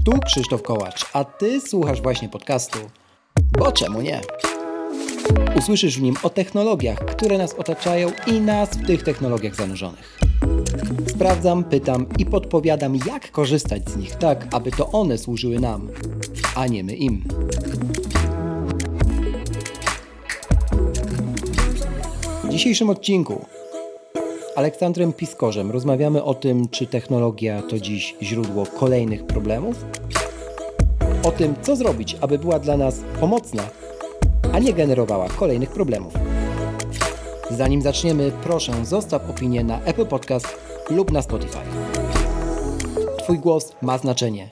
Tu Krzysztof Kołacz, a Ty słuchasz właśnie podcastu Bo czemu nie? Usłyszysz w nim o technologiach, które nas otaczają i nas w tych technologiach zanurzonych. Sprawdzam, pytam i podpowiadam, jak korzystać z nich tak, aby to one służyły nam, a nie my im. W dzisiejszym odcinku z Aleksandrem Piskorzem rozmawiamy o tym, czy technologia to dziś źródło kolejnych problemów, o tym, co zrobić, aby była dla nas pomocna, a nie generowała kolejnych problemów. Zanim zaczniemy, proszę zostaw opinię na Apple Podcast lub na Spotify. Twój głos ma znaczenie.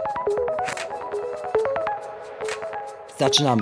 Zaczynamy!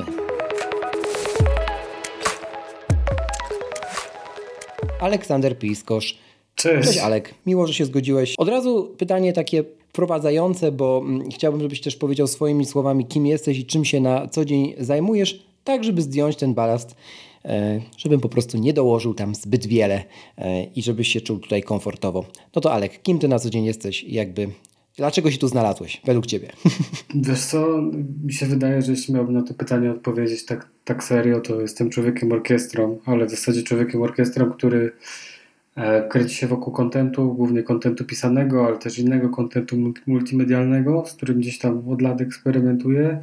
Aleksander Piskorz. Cześć Alek, miło, że się zgodziłeś. Od razu pytanie takie wprowadzające, bo chciałbym, żebyś też powiedział swoimi słowami, kim jesteś i czym się na co dzień zajmujesz, tak żeby zdjąć ten balast, żebym po prostu nie dołożył tam zbyt wiele i żebyś się czuł tutaj komfortowo. No to Alek, kim ty na co dzień jesteś i dlaczego się tu znalazłeś według ciebie? Wiesz co, mi się wydaje, że jeśli miałbym na to pytanie odpowiedzieć tak serio, to jestem człowiekiem orkiestrą, ale w zasadzie człowiekiem orkiestrą, który kręci się wokół kontentu, głównie kontentu pisanego, ale też innego kontentu multimedialnego, z którym gdzieś tam od lat eksperymentuję.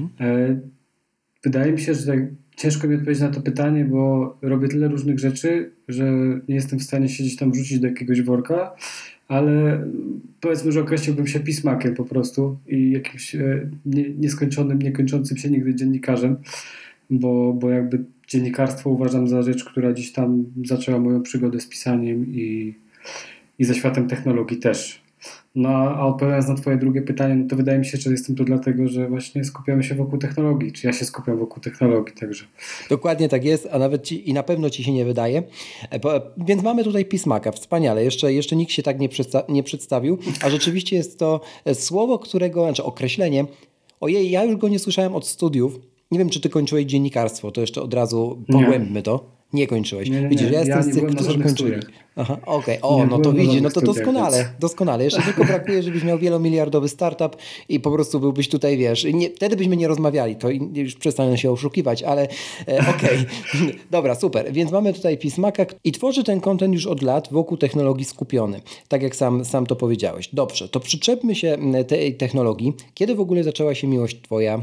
Wydaje mi się, że ciężko mi odpowiedzieć na to pytanie, bo robię tyle różnych rzeczy, że nie jestem w stanie się gdzieś tam wrzucić do jakiegoś worka, ale powiedzmy, że określiłbym się pismakiem po prostu i jakimś nieskończonym, niekończącym się nigdy dziennikarzem, bo jakby dziennikarstwo uważam za rzecz, która gdzieś tam zaczęła moją przygodę z pisaniem i ze światem technologii też. No a odpowiadając na twoje drugie pytanie, no to wydaje mi się, że jestem tu dlatego, że właśnie skupiamy się wokół technologii, czy ja się skupiam wokół technologii, także. Dokładnie tak jest, a nawet i na pewno ci się nie wydaje. Więc mamy tutaj pismaka, wspaniale, jeszcze nikt się tak nie przedstawił, a rzeczywiście jest to słowo, określenie, ojej, ja już go nie słyszałem od studiów. Nie wiem, czy ty kończyłeś dziennikarstwo, to jeszcze od razu pogłębmy to. Nie kończyłeś. Nie. Widzisz, ja jestem z tych, którzy kończyli. Aha, okej. No to widzisz, no to doskonale. Jeszcze tylko brakuje, żebyś miał wielomiliardowy startup i po prostu byłbyś tutaj, wiesz, wtedy byśmy nie rozmawiali, to już przestanę się oszukiwać, ale okej. Dobra, super. Więc mamy tutaj pismaka i tworzy ten content już od lat wokół technologii skupiony. Tak jak sam to powiedziałeś. Dobrze, to przyczepmy się tej technologii. Kiedy w ogóle zaczęła się miłość twoja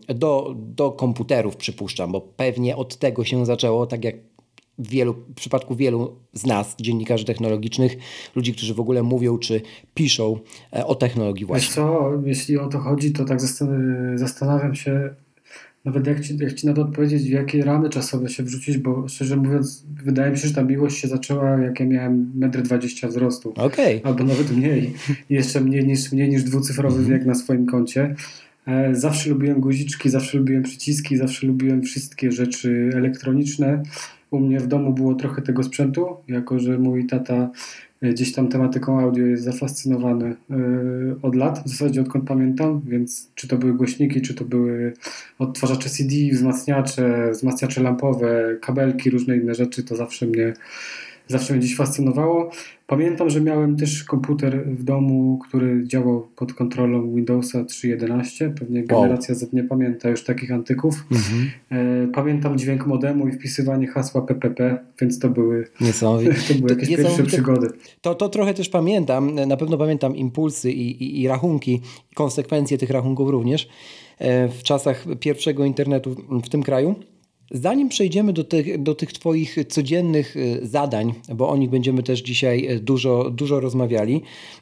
do komputerów, przypuszczam, bo pewnie od tego się zaczęło, tak jak w przypadku wielu z nas, dziennikarzy technologicznych, ludzi, którzy w ogóle mówią czy piszą o technologii właśnie. Wiesz co, jeśli o to chodzi, to tak zastanawiam się nawet jak ci na to odpowiedzieć, w jakie ramy czasowe się wrzucić, bo szczerze mówiąc wydaje mi się, że ta miłość się zaczęła jak ja miałem 1,20 m wzrostu. Okay. Albo nawet mniej. Jeszcze mniej niż dwucyfrowy wiek na swoim koncie. Zawsze lubiłem guziczki, zawsze lubiłem przyciski, zawsze lubiłem wszystkie rzeczy elektroniczne. U mnie w domu było trochę tego sprzętu, jako że mój tata gdzieś tam tematyką audio jest zafascynowany od lat, w zasadzie odkąd pamiętam, więc czy to były głośniki, czy to były odtwarzacze CD, wzmacniacze lampowe, kabelki, różne inne rzeczy, to zawsze mnie gdzieś fascynowało. Pamiętam, że miałem też komputer w domu, który działał pod kontrolą Windowsa 3.11. Pewnie generacja Z nie pamięta już takich antyków. Pamiętam dźwięk modemu i wpisywanie hasła PPP, więc to były jakieś pierwsze przygody. To trochę też pamiętam. Na pewno pamiętam impulsy i rachunki, i konsekwencje tych rachunków również w czasach pierwszego internetu w tym kraju. Zanim przejdziemy do tych twoich codziennych zadań, bo o nich będziemy też dzisiaj dużo rozmawiali,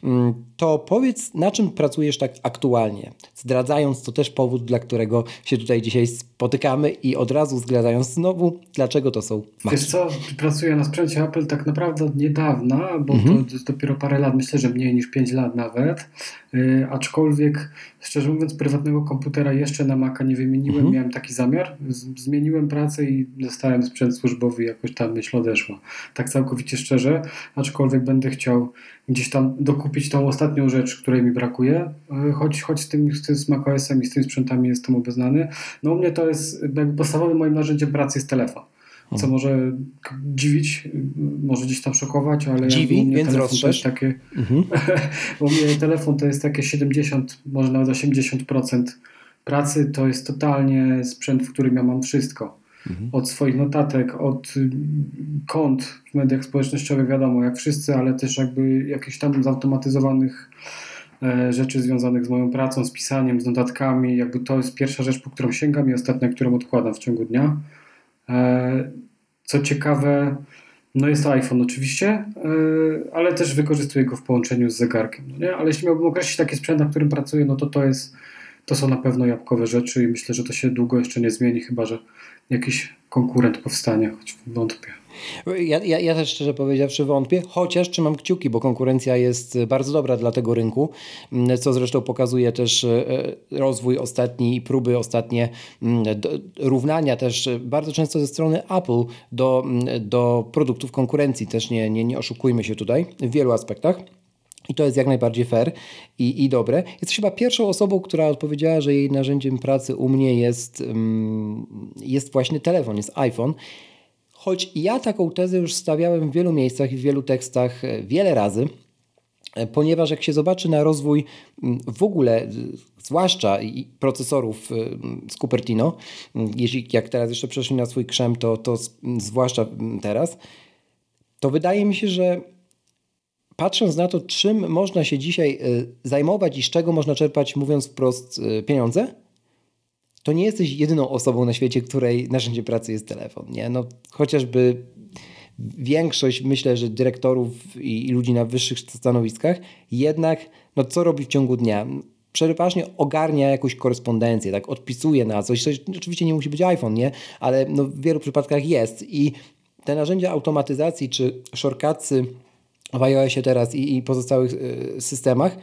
to powiedz, na czym pracujesz tak aktualnie, zdradzając to też powód, dla którego się tutaj dzisiaj spotykamy i od razu zdradzając znowu, dlaczego to są Maci. Wiesz co, pracuję na sprzęcie Apple tak naprawdę od niedawna, bo to jest dopiero parę lat, myślę, że mniej niż 5 lat nawet, aczkolwiek szczerze mówiąc prywatnego komputera jeszcze na Maca nie wymieniłem, miałem taki zamiar, zmieniłem pracę i dostałem sprzęt służbowy i jakoś tam myśl odeszła. Tak całkowicie szczerze, aczkolwiek będę chciał gdzieś tam dokupić tą ostatnią rzecz, której mi brakuje, choć z macOS-em i z tymi sprzętami jestem obeznany. No u mnie to jest, podstawowym moim narzędziem pracy jest telefon. co może dziwić, może gdzieś tam szokować, ale dziwi, więc rozszerz. Takie, bo mnie telefon to jest takie 70, może nawet 80% pracy, to jest totalnie sprzęt, w którym ja mam wszystko. Od swoich notatek, od kont w mediach społecznościowych, wiadomo, jak wszyscy, ale też jakby jakichś tam zautomatyzowanych rzeczy związanych z moją pracą, z pisaniem, z notatkami. Jakby to jest pierwsza rzecz, po którą sięgam i ostatnia, którą odkładam w ciągu dnia. Co ciekawe, no jest to iPhone oczywiście, ale też wykorzystuję go w połączeniu z zegarkiem. No nie? Ale jeśli miałbym określić taki sprzęt, na którym pracuję, no to są na pewno jabłkowe rzeczy i myślę, że to się długo jeszcze nie zmieni, chyba że jakiś konkurent powstanie, choć wątpię. Ja też szczerze powiedziawszy wątpię, chociaż trzymam kciuki, bo konkurencja jest bardzo dobra dla tego rynku, co zresztą pokazuje też rozwój ostatni i próby ostatnie równania też bardzo często ze strony Apple do produktów konkurencji. Też nie oszukujmy się tutaj w wielu aspektach. I to jest jak najbardziej fair i dobre. Jesteś chyba pierwszą osobą, która odpowiedziała, że jej narzędziem pracy u mnie jest właśnie telefon, jest iPhone. Choć ja taką tezę już stawiałem w wielu miejscach i w wielu tekstach wiele razy, ponieważ jak się zobaczy na rozwój w ogóle, zwłaszcza procesorów z Cupertino, jak teraz jeszcze przeszli na swój krzem, to zwłaszcza teraz, to wydaje mi się, że patrząc na to, czym można się dzisiaj zajmować i z czego można czerpać, mówiąc wprost, pieniądze, to nie jesteś jedyną osobą na świecie, której narzędziem pracy jest telefon. Nie? No, chociażby większość, myślę, że dyrektorów i ludzi na wyższych stanowiskach jednak, no co robi w ciągu dnia? Przeważnie ogarnia jakąś korespondencję, tak, odpisuje na coś. To oczywiście nie musi być iPhone, nie? Ale no, w wielu przypadkach jest. I te narzędzia automatyzacji czy shortcutsy w iOSie teraz i pozostałych systemach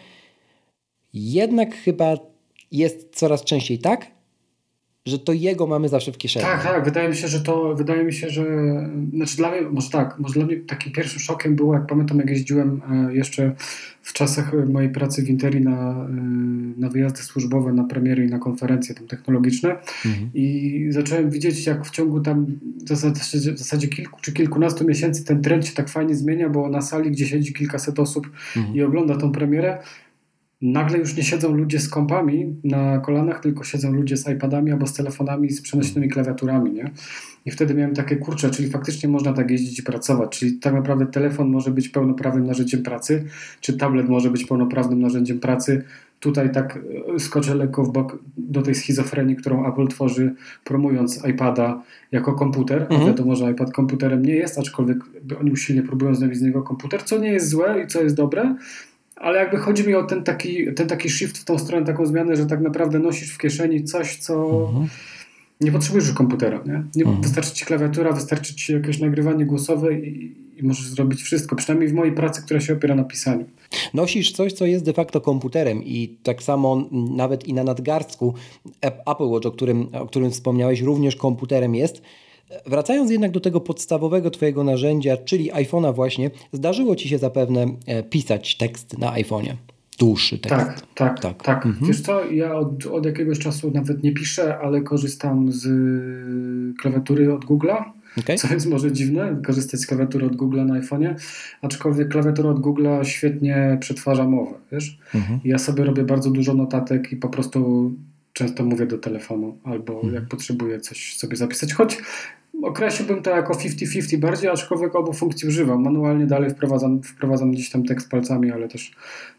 jednak chyba jest coraz częściej tak, że to jego mamy zawsze w kieszeni. Tak, wydaje mi się, że znaczy dla mnie, może dla mnie takim pierwszym szokiem było, jak pamiętam, jak jeździłem jeszcze w czasach mojej pracy w Interi na wyjazdy służbowe, na premiery i na konferencje tam technologiczne i zacząłem widzieć, jak w ciągu tam w zasadzie kilku czy kilkunastu miesięcy ten trend się tak fajnie zmienia, bo na sali, gdzie siedzi kilkaset osób i ogląda tą premierę, nagle już nie siedzą ludzie z kompami na kolanach, tylko siedzą ludzie z iPadami albo z telefonami z przenośnymi klawiaturami, nie? I wtedy miałem takie, czyli faktycznie można tak jeździć i pracować, czyli tak naprawdę telefon może być pełnoprawnym narzędziem pracy, czy tablet może być pełnoprawnym narzędziem pracy. Tutaj tak skoczę lekko w bok do tej schizofrenii, którą Apple tworzy, promując iPada jako komputer, a wiadomo, że iPad komputerem nie jest, aczkolwiek oni usilnie próbują zrobić z niego komputer, co nie jest złe i co jest dobre, ale jakby chodzi mi o ten taki shift w tą stronę, taką zmianę, że tak naprawdę nosisz w kieszeni coś, co nie potrzebujesz już komputera. Nie wystarczy ci klawiatura, wystarczy ci jakieś nagrywanie głosowe i możesz zrobić wszystko. Przynajmniej w mojej pracy, która się opiera na pisaniu. Nosisz coś, co jest de facto komputerem i tak samo nawet i na nadgarstku Apple Watch, o którym wspomniałeś, również komputerem jest. Wracając jednak do tego podstawowego twojego narzędzia, czyli iPhone'a właśnie, zdarzyło ci się zapewne pisać tekst na iPhone'ie. Dłuższy tekst. Tak. Wiesz co, ja od jakiegoś czasu nawet nie piszę, ale korzystam z klawiatury od Google'a. Okay. Co jest może dziwne, korzystać z klawiatury od Google'a na iPhone'ie, aczkolwiek klawiatura od Google'a świetnie przetwarza mowę, wiesz? Ja sobie robię bardzo dużo notatek i po prostu często mówię do telefonu, albo jak potrzebuję coś sobie zapisać, choć określiłbym to jako 50-50 bardziej, aczkolwiek obu funkcji używam. Manualnie dalej wprowadzam gdzieś tam tekst palcami, ale też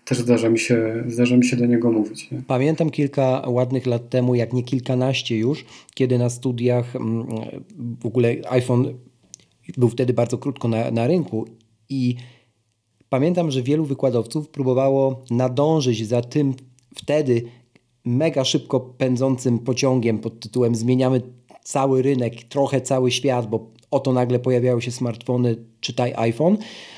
zdarza mi się do niego mówić. Nie? Pamiętam kilka ładnych lat temu, jak nie kilkanaście już, kiedy na studiach w ogóle iPhone był wtedy bardzo krótko na rynku i pamiętam, że wielu wykładowców próbowało nadążyć za tym wtedy mega szybko pędzącym pociągiem pod tytułem zmieniamy cały rynek, trochę cały świat, bo oto nagle pojawiały się smartfony, czytaj iPhone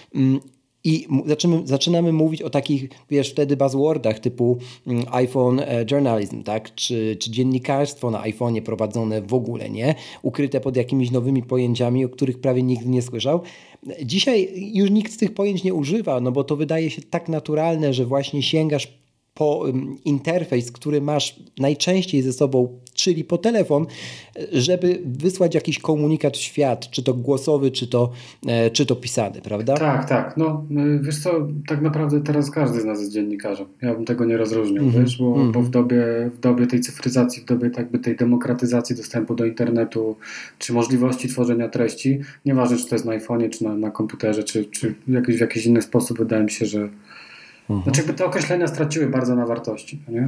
i zaczynamy mówić o takich, wiesz, wtedy buzzwordach typu iPhone journalism, tak? Czy dziennikarstwo na iPhone'ie prowadzone w ogóle, nie? Ukryte pod jakimiś nowymi pojęciami, o których prawie nigdy nie słyszał. Dzisiaj już nikt z tych pojęć nie używa, no bo to wydaje się tak naturalne, że właśnie sięgasz po interfejs, który masz najczęściej ze sobą czyli po telefon, żeby wysłać jakiś komunikat w świat, czy to głosowy, czy to pisany, prawda? Tak. No, wiesz co, tak naprawdę teraz każdy z nas jest dziennikarzem. Ja bym tego nie rozróżniał, wiesz, bo w dobie tej cyfryzacji, w dobie jakby tej demokratyzacji dostępu do internetu, czy możliwości tworzenia treści, nieważne czy to jest na iPhone'ie, czy na komputerze, czy w jakiś inny sposób, wydaje mi się, że znaczy jakby te określenia straciły bardzo na wartości. Nie?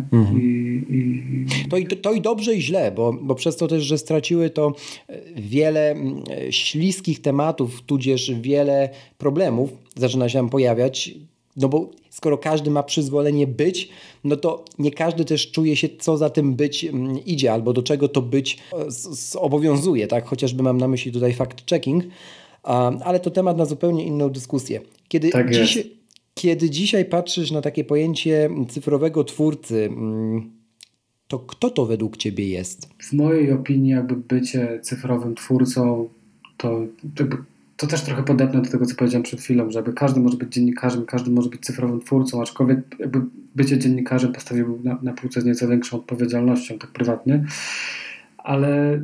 To i dobrze i źle, bo przez to też, że straciły to wiele śliskich tematów, tudzież wiele problemów zaczyna się tam pojawiać, no bo skoro każdy ma przyzwolenie być, no to nie każdy też czuje się, co za tym być idzie, albo do czego to być zobowiązuje, tak? Chociażby mam na myśli tutaj fact-checking, ale to temat na zupełnie inną dyskusję. Kiedy dzisiaj patrzysz na takie pojęcie cyfrowego twórcy, to kto to według ciebie jest? W mojej opinii jakby bycie cyfrowym twórcą to też trochę podepnę do tego, co powiedziałem przed chwilą, że jakby każdy może być dziennikarzem, każdy może być cyfrowym twórcą, aczkolwiek jakby bycie dziennikarzem postawiłbym na półce z nieco większą odpowiedzialnością, tak prywatnie, ale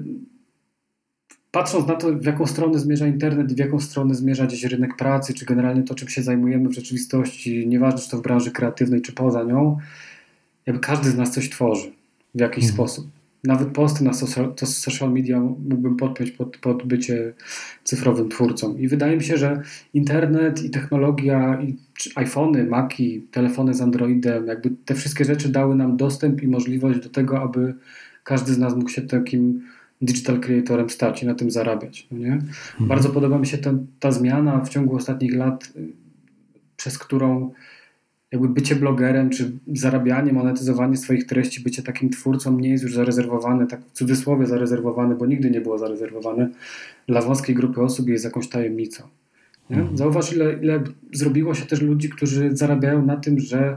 patrząc na to, w jaką stronę zmierza internet i w jaką stronę zmierza gdzieś rynek pracy, czy generalnie to, czym się zajmujemy w rzeczywistości, nieważne czy to w branży kreatywnej, czy poza nią, jakby każdy z nas coś tworzy w jakiś sposób. Nawet posty na social media mógłbym podpiąć pod bycie cyfrowym twórcą. I wydaje mi się, że internet i technologia, i iPhony, Maci, telefony z Androidem, jakby te wszystkie rzeczy dały nam dostęp i możliwość do tego, aby każdy z nas mógł się takim digital creatorem stać i na tym zarabiać. No nie? Bardzo podoba mi się ta zmiana w ciągu ostatnich lat, przez którą jakby bycie blogerem, czy zarabianie, monetyzowanie swoich treści, bycie takim twórcą nie jest już zarezerwowane, tak w cudzysłowie zarezerwowane, bo nigdy nie było zarezerwowane dla wąskiej grupy osób i jest jakąś tajemnicą. Nie? Zauważ, ile zrobiło się też ludzi, którzy zarabiają na tym, że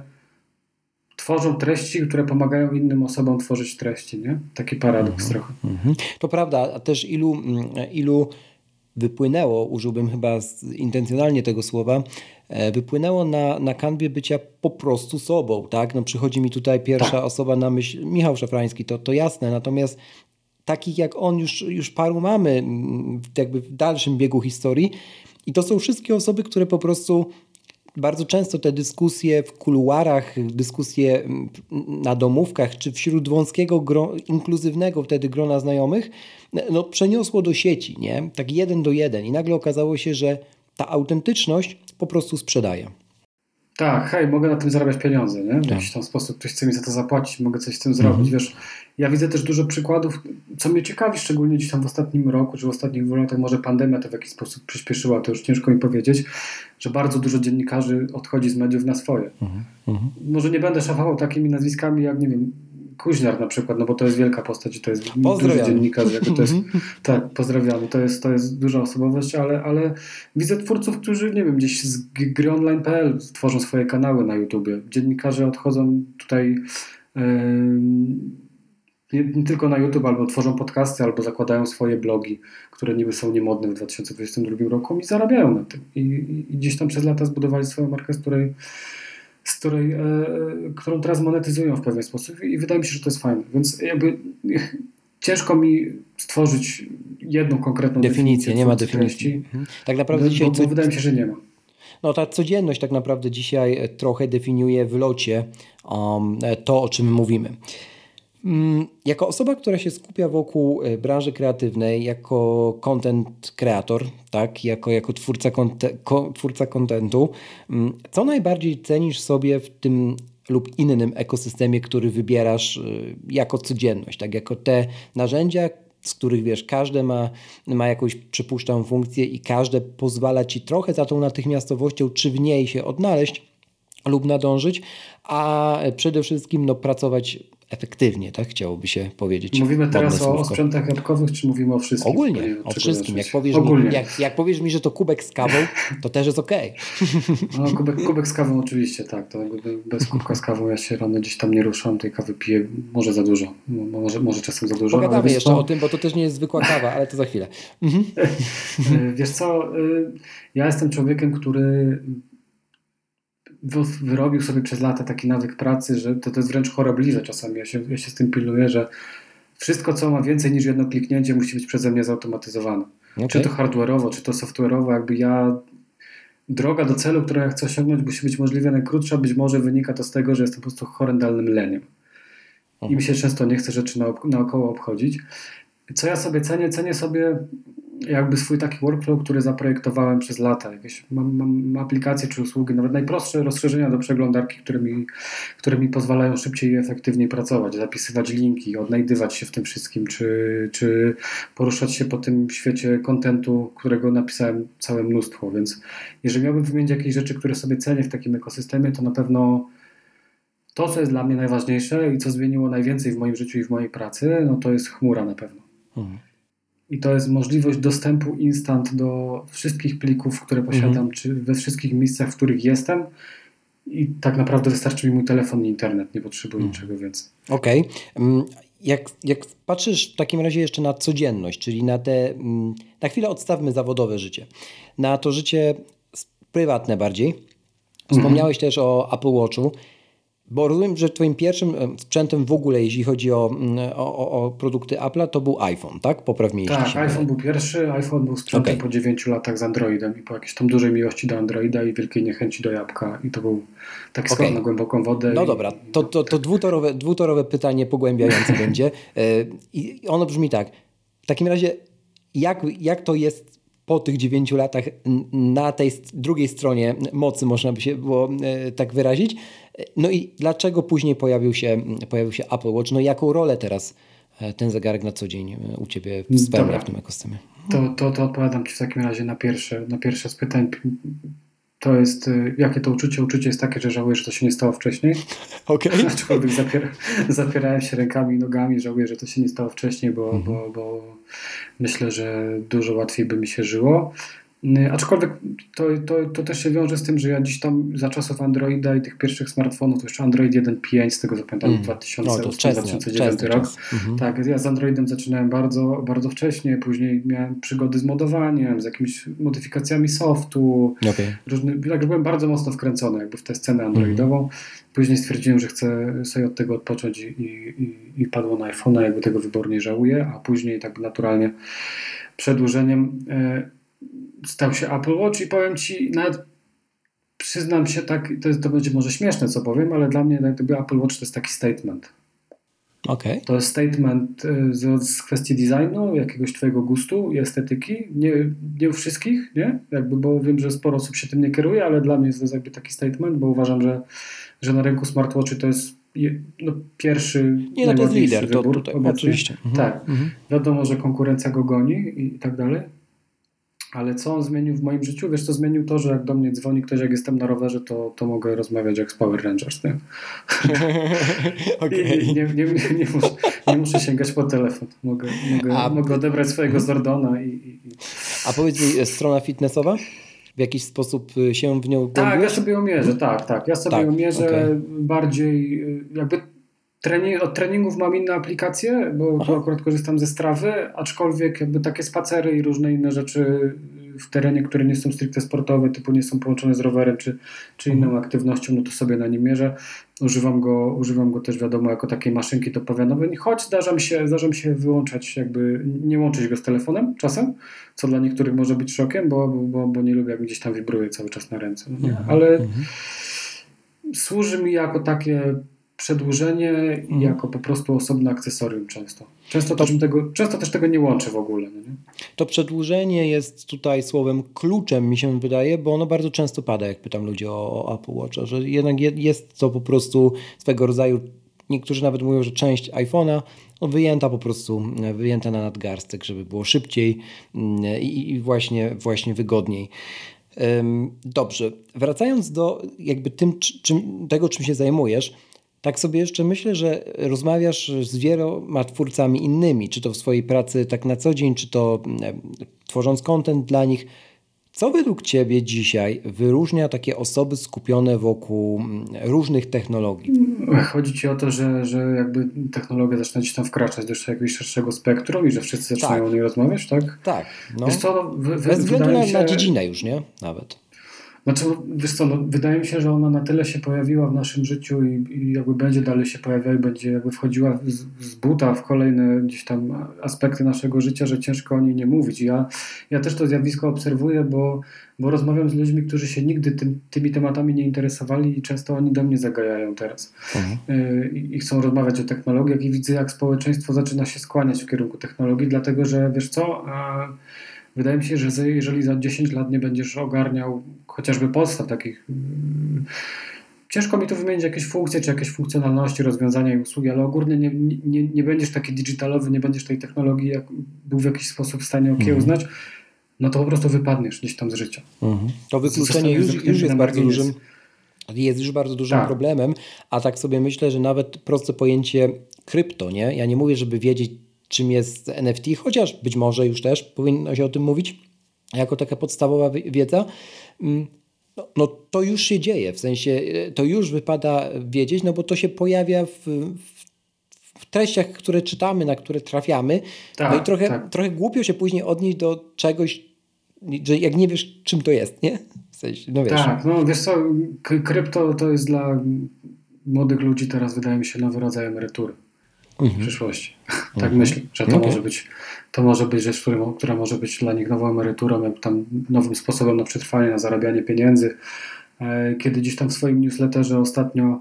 tworzą treści, które pomagają innym osobom tworzyć treści. Nie? Taki paradoks trochę. To prawda, a też ilu wypłynęło, użyłbym chyba intencjonalnie tego słowa, wypłynęło na kanwie bycia po prostu sobą. Tak? No, przychodzi mi tutaj pierwsza osoba na myśl, Michał Szafrański, to jasne, natomiast takich jak on już paru mamy jakby w dalszym biegu historii i to są wszystkie osoby, które po prostu bardzo często te dyskusje w kuluarach, dyskusje na domówkach, czy wśród wąskiego, inkluzywnego wtedy grona znajomych, no, przeniosło do sieci, nie? Tak 1 do 1 i nagle okazało się, że ta autentyczność po prostu sprzedaje. Tak, hej, mogę na tym zarabiać pieniądze, nie? W jakiś tam sposób ktoś chce mi za to zapłacić, mogę coś z tym zrobić, wiesz. Ja widzę też dużo przykładów, co mnie ciekawi, szczególnie gdzieś tam w ostatnim roku, czy w ostatnich 2 latach, może pandemia to w jakiś sposób przyspieszyła, to już ciężko mi powiedzieć, że bardzo dużo dziennikarzy odchodzi z mediów na swoje. Może nie będę szafował takimi nazwiskami jak, nie wiem, Kuźniar na przykład, no bo to jest wielka postać i to jest duży dziennikarz. To jest, tak, pozdrawiamy. To jest duża osobowość, ale widzę twórców, którzy, nie wiem, gdzieś z gryonline.pl tworzą swoje kanały na YouTubie. Dziennikarze odchodzą tutaj nie tylko na YouTube, albo tworzą podcasty, albo zakładają swoje blogi, które niby są niemodne w 2022 roku i zarabiają na tym. I gdzieś tam przez lata zbudowali swoją markę, którą teraz monetyzują w pewien sposób i wydaje mi się, że to jest fajne. Więc jakby ciężko mi stworzyć jedną konkretną definicję. Nie ma definicji. Tak naprawdę dzisiaj bo wydaje mi się, że nie ma. No ta codzienność tak naprawdę dzisiaj trochę definiuje w locie to, o czym mówimy. Jako osoba, która się skupia wokół branży kreatywnej, jako content creator, tak, jako twórca contentu, co najbardziej cenisz sobie w tym lub innym ekosystemie, który wybierasz jako codzienność, tak, jako te narzędzia, z których wiesz, każde ma jakąś, przypuszczam, funkcję i każde pozwala ci trochę za tą natychmiastowością, czy w niej się odnaleźć lub nadążyć, a przede wszystkim pracować efektywnie, tak chciałoby się powiedzieć. Mówimy teraz o sprzętach jabłkowych, czy mówimy o wszystkim? Ogólnie, o wszystkim. Jak powiesz mi, że to kubek z kawą, to też jest okej. No, kubek z kawą oczywiście, tak. To bez kubka z kawą ja się rano gdzieś tam nie ruszam, tej kawy piję może za dużo, może czasem za dużo. Pogadamy jeszcze o tym, bo to też nie jest zwykła kawa, ale to za chwilę. Wiesz co, ja jestem człowiekiem, który wyrobił sobie przez lata taki nawyk pracy, że to jest wręcz chorobliwe czasami. Ja się z tym pilnuję, że wszystko, co ma więcej niż jedno kliknięcie, musi być przeze mnie zautomatyzowane. Okay. Czy to hardware'owo, czy to software'owo, jakby droga do celu, którą ja chcę osiągnąć, musi być możliwie najkrótsza. Być może wynika to z tego, że jestem po prostu horrendalnym leniem. I mi się często nie chce rzeczy naokoło obchodzić. Co ja sobie cenię? Cenię sobie jakby swój taki workflow, który zaprojektowałem przez lata. Mam aplikacje czy usługi, nawet najprostsze rozszerzenia do przeglądarki, które mi pozwalają szybciej i efektywniej pracować, zapisywać linki, odnajdywać się w tym wszystkim, czy poruszać się po tym świecie kontentu, którego napisałem całe mnóstwo. Więc jeżeli miałbym wymienić jakieś rzeczy, które sobie cenię w takim ekosystemie, to na pewno to, co jest dla mnie najważniejsze i co zmieniło najwięcej w moim życiu i w mojej pracy, no to jest chmura na pewno. I to jest możliwość dostępu instant do wszystkich plików, które posiadam, czy we wszystkich miejscach, w których jestem. I tak naprawdę wystarczy mi mój telefon i internet, nie potrzebuję niczego więcej. Okej. Jak patrzysz w takim razie jeszcze na codzienność, czyli na chwilę odstawmy zawodowe życie, na to życie prywatne bardziej. Wspomniałeś też o Apple Watchu. Bo rozumiem, że twoim pierwszym sprzętem w ogóle, jeśli chodzi o produkty Apple'a, to był iPhone, tak? Popraw mnie, jeśli Tak, iPhone był pierwszy, iPhone był sprzętem po 9 latach z Androidem i po jakiejś tam dużej miłości do Androida i wielkiej niechęci do jabłka i to był taki skok na głęboką wodę. No dobra, to dwutorowe pytanie pogłębiające będzie i ono brzmi tak. W takim razie jak to jest po tych 9 latach na tej drugiej stronie mocy, można by się było tak wyrazić. No i dlaczego później pojawił się Apple Watch? No jaką rolę teraz ten zegarek na co dzień u Ciebie spełnia w tym ekosystemie? To odpowiadam Ci w takim razie na pierwsze z pytań. To jest, jakie to uczucie? Uczucie jest takie, że żałuję, że to się nie stało wcześniej. Okay. Aczkolwiek zapierałem się rękami i nogami, żałuję, że to się nie stało wcześniej, bo myślę, że dużo łatwiej by mi się żyło. Aczkolwiek to też się wiąże z tym, że ja dziś tam za czasów Androida i tych pierwszych smartfonów, to jeszcze Android 1.5, z tego co pamiętam, 2008-2009 rok. Tak, ja z Androidem zaczynałem bardzo, bardzo wcześnie, później miałem przygody z modowaniem, z jakimiś modyfikacjami softu. Tak, byłem bardzo mocno wkręcony jakby w tę scenę androidową. Później stwierdziłem, że chcę sobie od tego odpocząć i padło na iPhone'a, jakby tego wyboru nie żałuję, a później tak naturalnie przedłużeniem stał się Apple Watch i powiem Ci, nawet przyznam się tak, to będzie może śmieszne co powiem, ale dla mnie Apple Watch to jest taki statement. Okay. To jest statement z kwestii designu, jakiegoś Twojego gustu i estetyki. Nie u wszystkich, nie? Jakby, bo wiem, że sporo osób się tym nie kieruje, ale dla mnie jest to jakby taki statement, bo uważam, że na rynku smartwatchy to jest pierwszy, to jest lider, to tutaj oczywiście. Tak, wiadomo, że konkurencja go goni i tak dalej. Ale co on zmienił w moim życiu? Wiesz, co zmienił to, że jak do mnie dzwoni ktoś, jak jestem na rowerze, to mogę rozmawiać jak z Power Rangers, nie? Nie muszę sięgać po telefon. Mogę odebrać swojego Zordona A powiedz mi, strona fitnessowa? W jakiś sposób się w nią głębiłeś? Tak, ja sobie ją mierzę, tak. Ja sobie ją mierzę bardziej jakby od treningów mam inne aplikacje, bo tu akurat korzystam ze Strawy, aczkolwiek jakby takie spacery i różne inne rzeczy w terenie, które nie są stricte sportowe, typu nie są połączone z rowerem czy inną aktywnością, no to sobie na nim mierzę. Używam go też wiadomo jako takiej maszynki do powiadomień, choć zdarza mi się wyłączać, jakby nie łączyć go z telefonem czasem, co dla niektórych może być szokiem, bo nie lubię jak gdzieś tam wibruje cały czas na ręce. Ale służy mi jako takie przedłużenie i jako po prostu osobne akcesorium często. Często też tego nie łączę w ogóle. No nie? To przedłużenie jest tutaj słowem kluczem, mi się wydaje, bo ono bardzo często pada, jak pytam ludzi o Apple Watcha, że jednak jest to po prostu swego rodzaju, niektórzy nawet mówią, że część iPhone'a wyjęta na nadgarstek, żeby było szybciej i właśnie wygodniej. Dobrze, wracając do jakby tego, czym się zajmujesz, tak sobie jeszcze myślę, że rozmawiasz z wieloma twórcami innymi, czy to w swojej pracy tak na co dzień, czy to tworząc content dla nich. Co według Ciebie dzisiaj wyróżnia takie osoby skupione wokół różnych technologii? Chodzi Ci o to, że jakby technologia zaczyna gdzieś tam wkraczać do jakiegoś szerszego spektrum i że wszyscy zaczynają o niej rozmawiać, tak? Tak. No. Wiesz co, bez względu na dziedzinę już, nie? Nawet. Znaczy, wiesz co, no, wydaje mi się, że ona na tyle się pojawiła w naszym życiu i jakby będzie dalej się pojawiała i będzie jakby wchodziła z buta w kolejne gdzieś tam aspekty naszego życia, że ciężko o niej nie mówić. Ja też to zjawisko obserwuję, bo rozmawiam z ludźmi, którzy się nigdy tymi tematami nie interesowali i często oni do mnie zagajają teraz. I chcą rozmawiać o technologiach i widzę, jak społeczeństwo zaczyna się skłaniać w kierunku technologii, dlatego że wiesz co, wydaje mi się, że jeżeli za 10 lat nie będziesz ogarniał chociażby podstaw takich, ciężko mi tu wymienić jakieś funkcje, czy jakieś funkcjonalności, rozwiązania i usługi, ale ogólnie nie będziesz taki digitalowy, nie będziesz tej technologii był w jakiś sposób w stanie okiełznać, no to po prostu wypadniesz gdzieś tam z życia. To wykluczenie już jest bardzo dużym. Jest już bardzo dużym problemem, a tak sobie myślę, że nawet proste pojęcie krypto, nie? Ja nie mówię, żeby wiedzieć, czym jest NFT, chociaż być może już też powinno się o tym mówić, jako taka podstawowa wiedza. No to już się dzieje, w sensie to już wypada wiedzieć, no bo to się pojawia w treściach, które czytamy, na które trafiamy. No i trochę głupio się później odnieść do czegoś, że jak nie wiesz, czym to jest, nie? W sensie, no wiesz. Tak, no wiesz co, krypto to jest dla młodych ludzi teraz, wydaje mi się, nowy rodzaj emerytury w przyszłości. Tak myślę, że to może być rzecz, która może być dla nich nową emeryturą, tam nowym sposobem na przetrwanie, na zarabianie pieniędzy. Kiedy gdzieś tam w swoim newsletterze ostatnio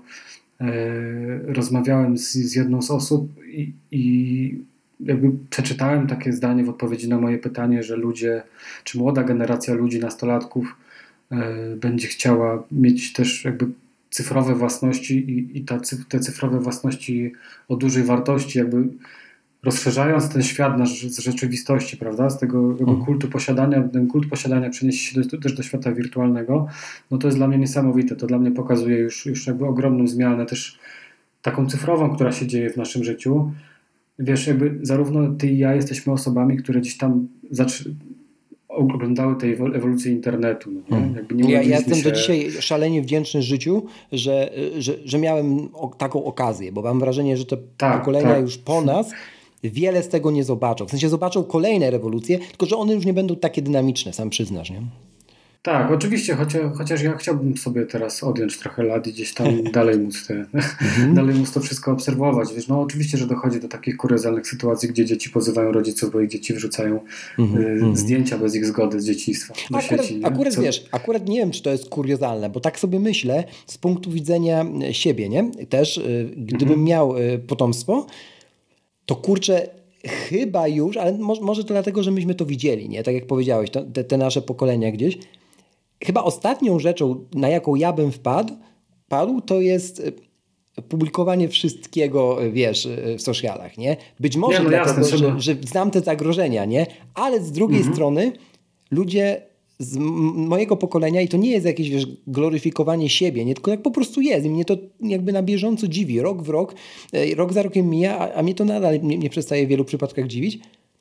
rozmawiałem z jedną z osób i jakby przeczytałem takie zdanie w odpowiedzi na moje pytanie, że ludzie, czy młoda generacja ludzi, nastolatków będzie chciała mieć też jakby cyfrowe własności i te cyfrowe własności o dużej wartości, jakby rozszerzając ten świat nasz z rzeczywistości, prawda, z tego kultu posiadania, ten kult posiadania przeniesie się też do świata wirtualnego, no to jest dla mnie niesamowite. To dla mnie pokazuje już jakby ogromną zmianę też taką cyfrową, która się dzieje w naszym życiu. Wiesz, jakby zarówno ty i ja jesteśmy osobami, które gdzieś tam oglądały tej ewolucji internetu. No nie? Jakby nie ja jestem do dzisiaj szalenie wdzięczny życiu, że miałem taką okazję, bo mam wrażenie, że te pokolenia już po nas wiele z tego nie zobaczą. W sensie zobaczą kolejne rewolucje, tylko że one już nie będą takie dynamiczne, sam przyznasz, nie? Tak, oczywiście, chociaż ja chciałbym sobie teraz odjąć trochę lat i gdzieś tam dalej móc to wszystko obserwować. Wiesz, no oczywiście, że dochodzi do takich kuriozalnych sytuacji, gdzie dzieci pozywają rodziców, bo ich dzieci wrzucają zdjęcia bez ich zgody z dzieciństwa do sieci. Akurat nie wiem, czy to jest kuriozalne, bo tak sobie myślę z punktu widzenia siebie, nie? Też gdybym miał potomstwo, to kurczę, chyba już, ale może to dlatego, że myśmy to widzieli, nie? Tak jak powiedziałeś, te nasze pokolenia gdzieś. Chyba ostatnią rzeczą, na jaką ja bym wpadł, to jest publikowanie wszystkiego, wiesz, w socialach, nie? Być może dlatego, że znam te zagrożenia, nie? Ale z drugiej strony ludzie z mojego pokolenia, i to nie jest jakieś, wiesz, gloryfikowanie siebie, nie? Tylko jak po prostu jest. I mnie to jakby na bieżąco dziwi. Rok w rok, rok za rokiem mija, a mnie to nadal nie przestaje w wielu przypadkach dziwić,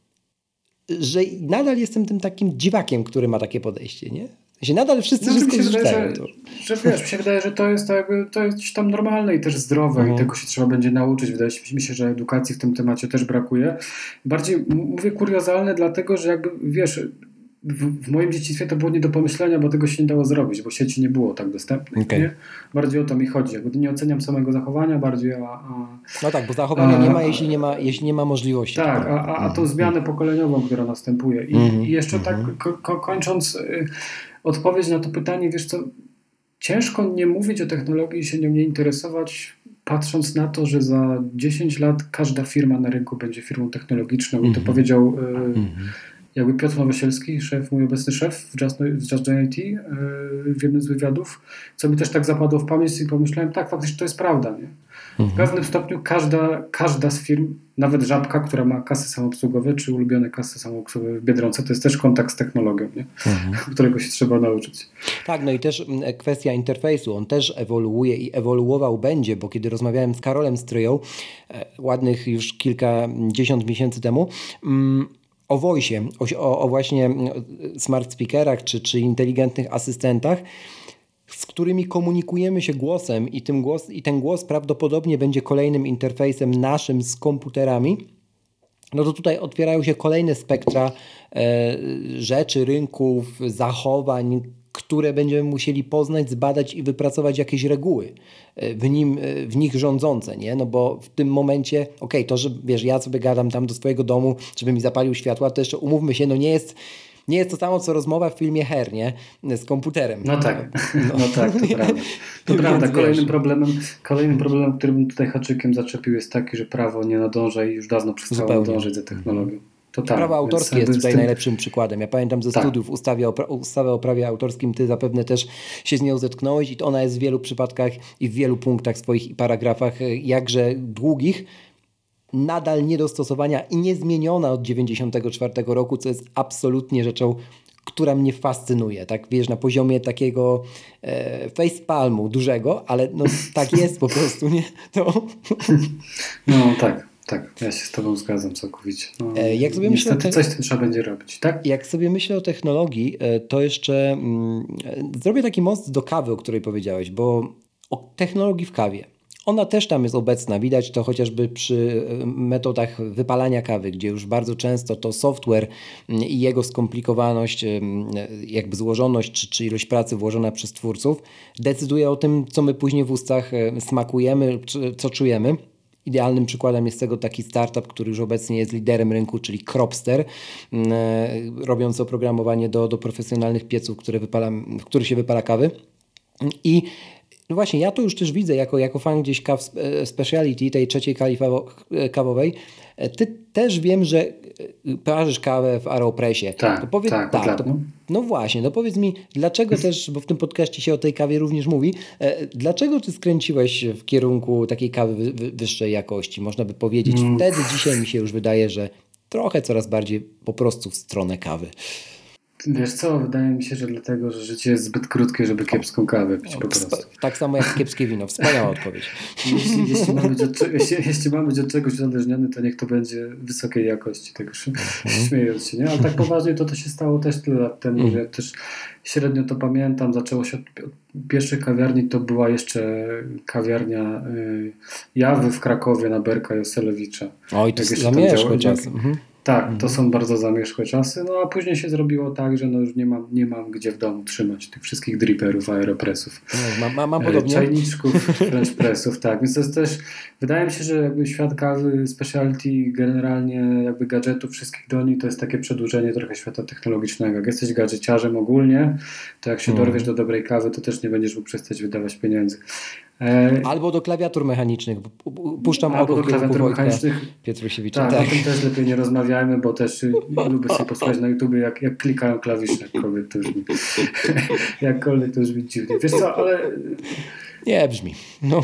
że nadal jestem tym takim dziwakiem, który ma takie podejście, nie? Nadal wszyscy wszystko zrzucają. Że wiesz, mi się wydaje, że to jest gdzieś tam normalne i też zdrowe i tego się trzeba będzie nauczyć. Wydaje mi się, że edukacji w tym temacie też brakuje. Bardziej mówię kuriozalne, dlatego, że jakby, wiesz, w moim dzieciństwie to było nie do pomyślenia, bo tego się nie dało zrobić, bo sieci nie było tak dostępnych. Okay. Nie? Bardziej o to mi chodzi. Jakby nie oceniam samego zachowania, bardziej No tak, bo zachowania jeśli nie ma możliwości. Tak, a tą zmianę pokoleniową, która następuje. I jeszcze tak kończąc odpowiedź na to pytanie, wiesz co, ciężko nie mówić o technologii i się nią nie interesować, patrząc na to, że za 10 lat każda firma na rynku będzie firmą technologiczną. I to powiedział jakby Piotr Nowosielski, mój obecny szef w Just Join IT, w jednym z wywiadów, co mi też tak zapadło w pamięć i pomyślałem, tak, faktycznie to jest prawda. Nie? W pewnym stopniu każda z firm, nawet Żabka, która ma kasy samoobsługowe, czy ulubione kasy samoobsługowe w Biedronce, to jest też kontakt z technologią, nie? Którego się trzeba nauczyć. Tak, no i też kwestia interfejsu, on też ewoluuje i ewoluował będzie, bo kiedy rozmawiałem z Karolem Stryją, ładnych już kilkadziesiąt miesięcy temu, o voice'ie, o właśnie smart speakerach czy inteligentnych asystentach, z którymi komunikujemy się głosem i ten głos prawdopodobnie będzie kolejnym interfejsem naszym z komputerami, no to tutaj otwierają się kolejne spektra rzeczy, rynków, zachowań, które będziemy musieli poznać, zbadać i wypracować jakieś reguły w nich rządzące, nie? No bo w tym momencie, to, że wiesz, ja sobie gadam tam do swojego domu, żeby mi zapalił światła, to jeszcze umówmy się, no nie jest to samo, co rozmowa w filmie Her, nie? Z komputerem. No tak, to prawda. To prawda. Kolejnym problemem, którym tutaj haczykiem zaczepił, jest taki, że prawo nie nadąża i już dawno przestało nadążyć za technologią. Prawo autorskie jest tutaj najlepszym przykładem. Ja pamiętam ze studiów ustawę o prawie autorskim, ty zapewne też się z nią zetknąłeś i ona jest w wielu przypadkach i w wielu punktach swoich paragrafach jakże długich, nadal nie do stosowania i niezmieniona od 1994 roku, co jest absolutnie rzeczą, która mnie fascynuje. Tak, wiesz, na poziomie takiego facepalmu dużego, ale no tak jest po prostu, nie? To... No tak. Tak, ja się z tobą zgadzam całkowicie. No, jak sobie myślę, coś z tym trzeba będzie robić, tak? Jak sobie myślę o technologii, to jeszcze zrobię taki most do kawy, o której powiedziałeś, bo o technologii w kawie. Ona też tam jest obecna, widać to chociażby przy metodach wypalania kawy, gdzie już bardzo często to software i jego skomplikowaność, jakby złożoność czy ilość pracy włożona przez twórców decyduje o tym, co my później w ustach smakujemy, co czujemy. Idealnym przykładem jest tego taki startup, który już obecnie jest liderem rynku, czyli Cropster, robiąc oprogramowanie do profesjonalnych pieców, w których się wypala kawy. I no właśnie, ja to już też widzę jako fan gdzieś kaw speciality, tej trzeciej kali kawowej. Ty też wiem, że parzysz kawę w AeroPressie. Tak, no właśnie, no powiedz mi, dlaczego też, bo w tym podcaście się o tej kawie również mówi, dlaczego ty skręciłeś w kierunku takiej kawy wyższej jakości? Można by powiedzieć, wtedy dzisiaj mi się już wydaje, że trochę coraz bardziej po prostu w stronę kawy. Wiesz co, wydaje mi się, że dlatego, że życie jest zbyt krótkie, żeby kiepską kawę pić po prostu. Tak samo jak kiepskie wino. Wspaniała odpowiedź. Jeśli ma być od czegoś uzależniony, to niech to będzie wysokiej jakości. Tak już śmiejąc się, nie? Ale tak poważnie to się stało też tyle lat temu, że ja też średnio to pamiętam. Zaczęło się od pierwszej kawiarni, to była jeszcze kawiarnia Jawy w Krakowie na Berka Joselewicza. Oj, to zamierzchły czas. Tak, to są bardzo zamierzchłe czasy, no a później się zrobiło tak, że no już nie mam gdzie w domu trzymać tych wszystkich dripperów, aeropressów, mam podobnie. Czajniczków, french pressów, tak, więc to jest też, wydaje mi się, że jakby świat kawy, specialty, generalnie jakby gadżetów wszystkich do nich to jest takie przedłużenie trochę świata technologicznego. Jak jesteś gadżeciarzem ogólnie, to jak się dorwiesz do dobrej kawy, to też nie będziesz mógł przestać wydawać pieniędzy. Albo do klawiatur mechanicznych. Puszczam albo do klawiatur mechanicznych. Pietrusiewicza. Tak, o tym też lepiej nie rozmawiajmy, bo też lubię sobie posłuchać na YouTubie, jak klikają klawisze, jakkolwiek to brzmi dziwnie. Wiesz co, ale... Nie brzmi. No.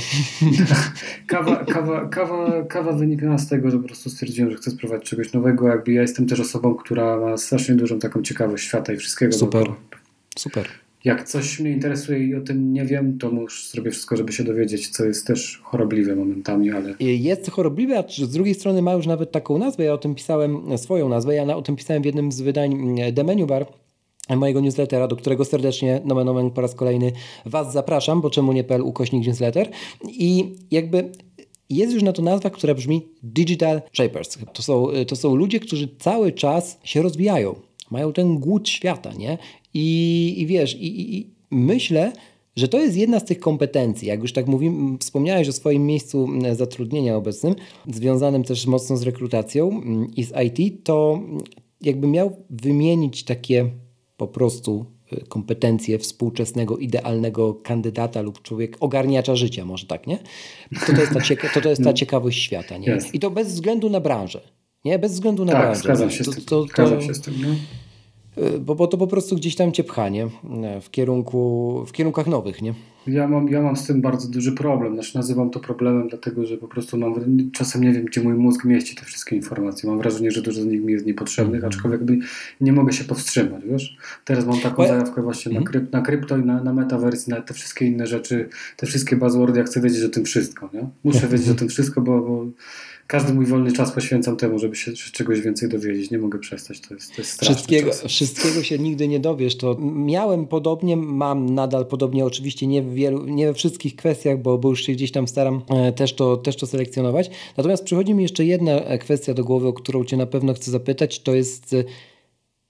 Kawa wyniknęła z tego, że po prostu stwierdziłem, że chcę spróbować czegoś nowego. Jakby ja jestem też osobą, która ma strasznie dużą taką ciekawość świata i wszystkiego. Super. Jak coś mnie interesuje i o tym nie wiem, to zrobię wszystko, żeby się dowiedzieć, co jest też chorobliwe momentami, ale... Jest chorobliwe, a z drugiej strony ma już nawet taką nazwę. Ja o tym pisałem, swoją nazwę. Ja o tym pisałem w jednym z wydań The Menu Bar, mojego newslettera, do którego serdecznie nomen omen po raz kolejny Was zapraszam, bo czemu nie /newsletter. I jakby jest już na to nazwa, która brzmi Digital Shapers. To są ludzie, którzy cały czas się rozwijają. Mają ten głód świata, nie? I wiesz, i myślę, że to jest jedna z tych kompetencji. Jak już tak wspomniałeś o swoim miejscu zatrudnienia obecnym, związanym też mocno z rekrutacją i z IT, to jakby miał wymienić takie po prostu kompetencje współczesnego, idealnego kandydata lub ogarniacza życia, może tak, nie? To jest ta ciekawość świata, nie? Yes. I to bez względu na branżę. Nie? Bez względu na branżę. Zgadzam się z tym. No. Bo to po prostu gdzieś tam cię pcha, nie? W kierunkach nowych, nie? Ja mam z tym bardzo duży problem. Znaczy nazywam to problemem, dlatego że po prostu czasem nie wiem, gdzie mój mózg mieści te wszystkie informacje. Mam wrażenie, że dużo z nich mi jest niepotrzebnych, aczkolwiek nie mogę się powstrzymać, wiesz? Teraz mam taką zajawkę właśnie na krypto i na metaverse, na te wszystkie inne rzeczy, te wszystkie buzzwordy, ja chcę wiedzieć o tym wszystko, nie? Muszę wiedzieć o tym wszystko, bo każdy mój wolny czas poświęcam temu, żeby się czegoś więcej dowiedzieć. Nie mogę przestać, to jest straszne. Wszystkiego się nigdy nie dowiesz. To miałem podobnie, mam nadal podobnie, oczywiście nie we wszystkich kwestiach, bo już się gdzieś tam staram też to selekcjonować. Natomiast przychodzi mi jeszcze jedna kwestia do głowy, o którą cię na pewno chcę zapytać, to jest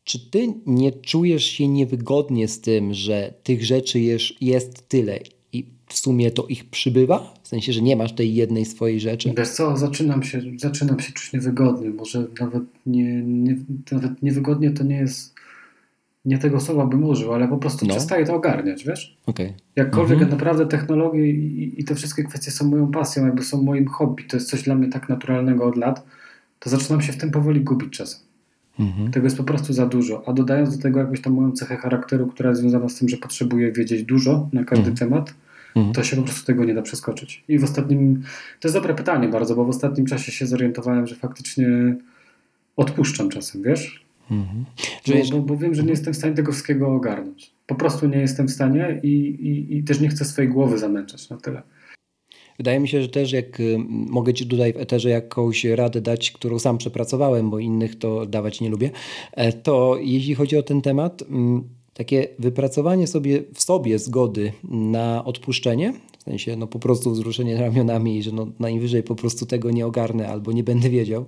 Czy ty nie czujesz się niewygodnie z tym, że tych rzeczy jest tyle i w sumie to ich przybywa? W sensie, że nie masz tej jednej swojej rzeczy? Wiesz co, zaczynam się czuć niewygodnie. Może nawet niewygodnie to nie jest, nie tego słowa bym użył, ale po prostu przestaję to ogarniać, wiesz? Okay. Jakkolwiek naprawdę technologie i te wszystkie kwestie są moją pasją, jakby są moim hobby, to jest coś dla mnie tak naturalnego od lat, to zaczynam się w tym powoli gubić czasem. Tego jest po prostu za dużo. A dodając do tego jakąś tam moją cechę charakteru, która jest związana z tym, że potrzebuję wiedzieć dużo na każdy temat, to się po prostu tego nie da przeskoczyć. I to jest dobre pytanie bardzo, bo w ostatnim czasie się zorientowałem, że faktycznie odpuszczam czasem, wiesz? Bo wiem, że nie jestem w stanie tego wszystkiego ogarnąć. Po prostu nie jestem w stanie i też nie chcę swojej głowy zamęczać na tyle. Wydaje mi się, że też jak mogę Ci tutaj w eterze jakąś radę dać, którą sam przepracowałem, bo innych to dawać nie lubię, to jeśli chodzi o ten temat, takie wypracowanie w sobie zgody na odpuszczenie, w sensie po prostu wzruszenie ramionami, że najwyżej po prostu tego nie ogarnę albo nie będę wiedział,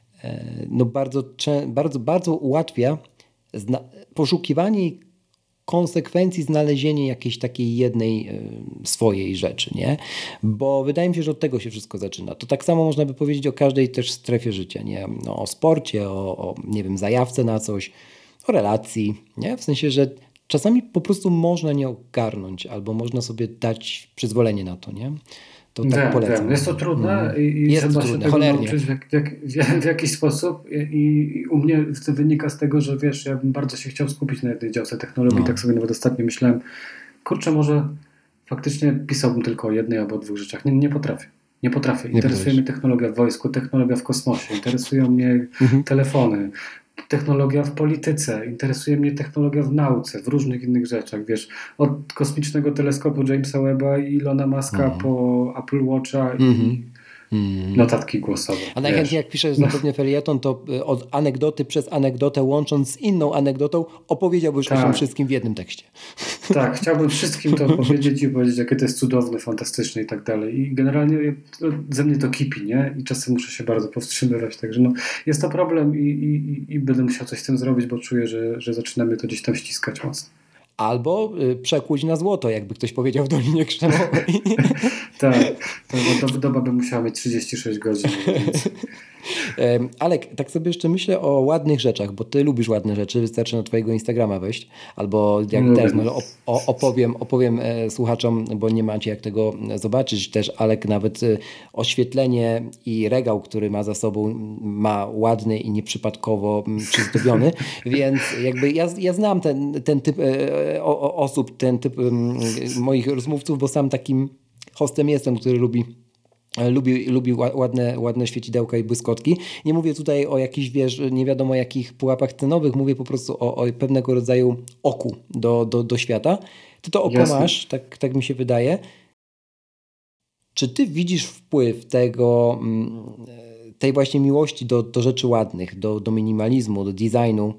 bardzo ułatwia poszukiwanie konsekwencji, znalezienie jakiejś takiej jednej swojej rzeczy, nie? Bo wydaje mi się, że od tego się wszystko zaczyna. To tak samo można by powiedzieć o każdej też strefie życia, nie? O sporcie, o nie wiem, zajawce na coś, o relacji, nie? W sensie, że czasami po prostu można nie ogarnąć albo można sobie dać przyzwolenie na to, nie? To tak polecam. Jest to trudne i trzeba się tego nauczyć w jakiś sposób i u mnie to wynika z tego, że wiesz, ja bym bardzo się chciał skupić na jednej działce technologii, tak sobie nawet ostatnio myślałem, kurczę, może faktycznie pisałbym tylko o jednej albo o dwóch rzeczach. Nie potrafię. Interesuje mnie technologia w wojsku, technologia w kosmosie, interesują mnie telefony, technologia w polityce, interesuje mnie technologia w nauce, w różnych innych rzeczach, wiesz, od kosmicznego teleskopu Jamesa Webba i Elona Muska po Apple Watcha i notatki głosowe. A najchętniej jak piszesz zapewne felieton, to od anegdoty przez anegdotę, łącząc z inną anegdotą, opowiedziałbyś o tym wszystkim w jednym tekście. Tak, chciałbym wszystkim to opowiedzieć i powiedzieć, jakie to jest cudowne, fantastyczne i tak dalej. I generalnie ze mnie to kipi, nie? I czasem muszę się bardzo powstrzymywać, także jest to problem i będę musiał coś z tym zrobić, bo czuję, że zaczynamy to gdzieś tam ściskać mocno. Albo przekłuć na złoto, jakby ktoś powiedział w Dolinie Krzemowej. Tak, to doba by musiała mieć 36 godzin. Więc... Alek, tak sobie jeszcze myślę o ładnych rzeczach, bo ty lubisz ładne rzeczy, wystarczy na twojego Instagrama wejść, albo jak też opowiem słuchaczom, bo nie macie jak tego zobaczyć, też Alek nawet oświetlenie i regał, który ma za sobą, ma ładny i nieprzypadkowo przyzdobiony, więc jakby ja znam ten typ osób, ten typ moich rozmówców, bo sam takim hostem jestem, który lubi ładne świecidełka i błyskotki. Nie mówię tutaj o jakichś, wiesz, nie wiadomo jakich pułapach cenowych, mówię po prostu o pewnego rodzaju oku do świata. Ty to oko masz, tak mi się wydaje. Czy ty widzisz wpływ tej właśnie miłości do rzeczy ładnych, do minimalizmu, do designu,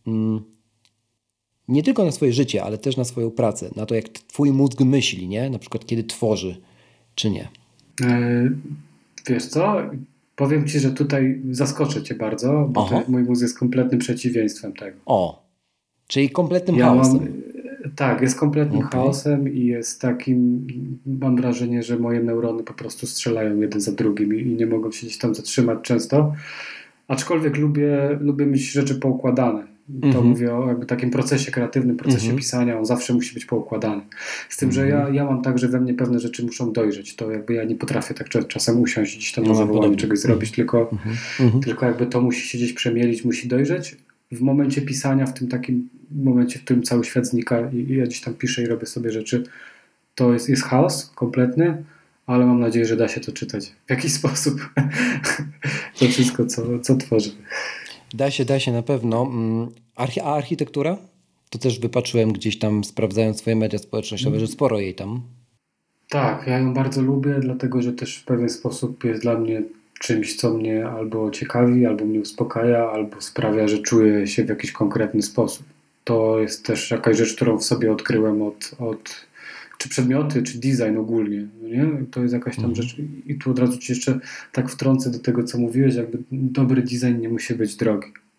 nie tylko na swoje życie, ale też na swoją pracę, na to jak twój mózg myśli, nie? Na przykład kiedy tworzy, czy nie? Wiesz co? Powiem ci, że tutaj zaskoczę cię bardzo, bo mój mózg jest kompletnym przeciwieństwem tego. Czyli kompletnym chaosem. Tak, jest kompletnym chaosem i jest takim, mam wrażenie, że moje neurony po prostu strzelają jeden za drugim i nie mogą się gdzieś tam zatrzymać często. Aczkolwiek lubię mieć rzeczy poukładane. To mówię o jakby takim procesie kreatywnym, procesie pisania, on zawsze musi być poukładany. Z tym, że ja mam tak, że we mnie pewne rzeczy muszą dojrzeć. To jakby ja nie potrafię tak czasem usiąść gdzieś tam na zawołanie czegoś zrobić, tylko jakby to musi się gdzieś przemielić, musi dojrzeć. W momencie pisania, w tym takim momencie, w którym cały świat znika i ja gdzieś tam piszę i robię sobie rzeczy, to jest chaos kompletny, ale mam nadzieję, że da się to czytać w jakiś sposób. To wszystko, co tworzę. Da się na pewno. A architektura? To też wypatrzyłem gdzieś tam, sprawdzając swoje media społecznościowe, że sporo jej tam. Tak, ja ją bardzo lubię, dlatego że też w pewien sposób jest dla mnie czymś, co mnie albo ciekawi, albo mnie uspokaja, albo sprawia, że czuję się w jakiś konkretny sposób. To jest też jakaś rzecz, którą w sobie odkryłem czy przedmioty, czy design ogólnie. Nie? To jest jakaś tam rzecz. I tu od razu ci jeszcze tak wtrącę do tego, co mówiłeś, jakby dobry design nie musi być drogi.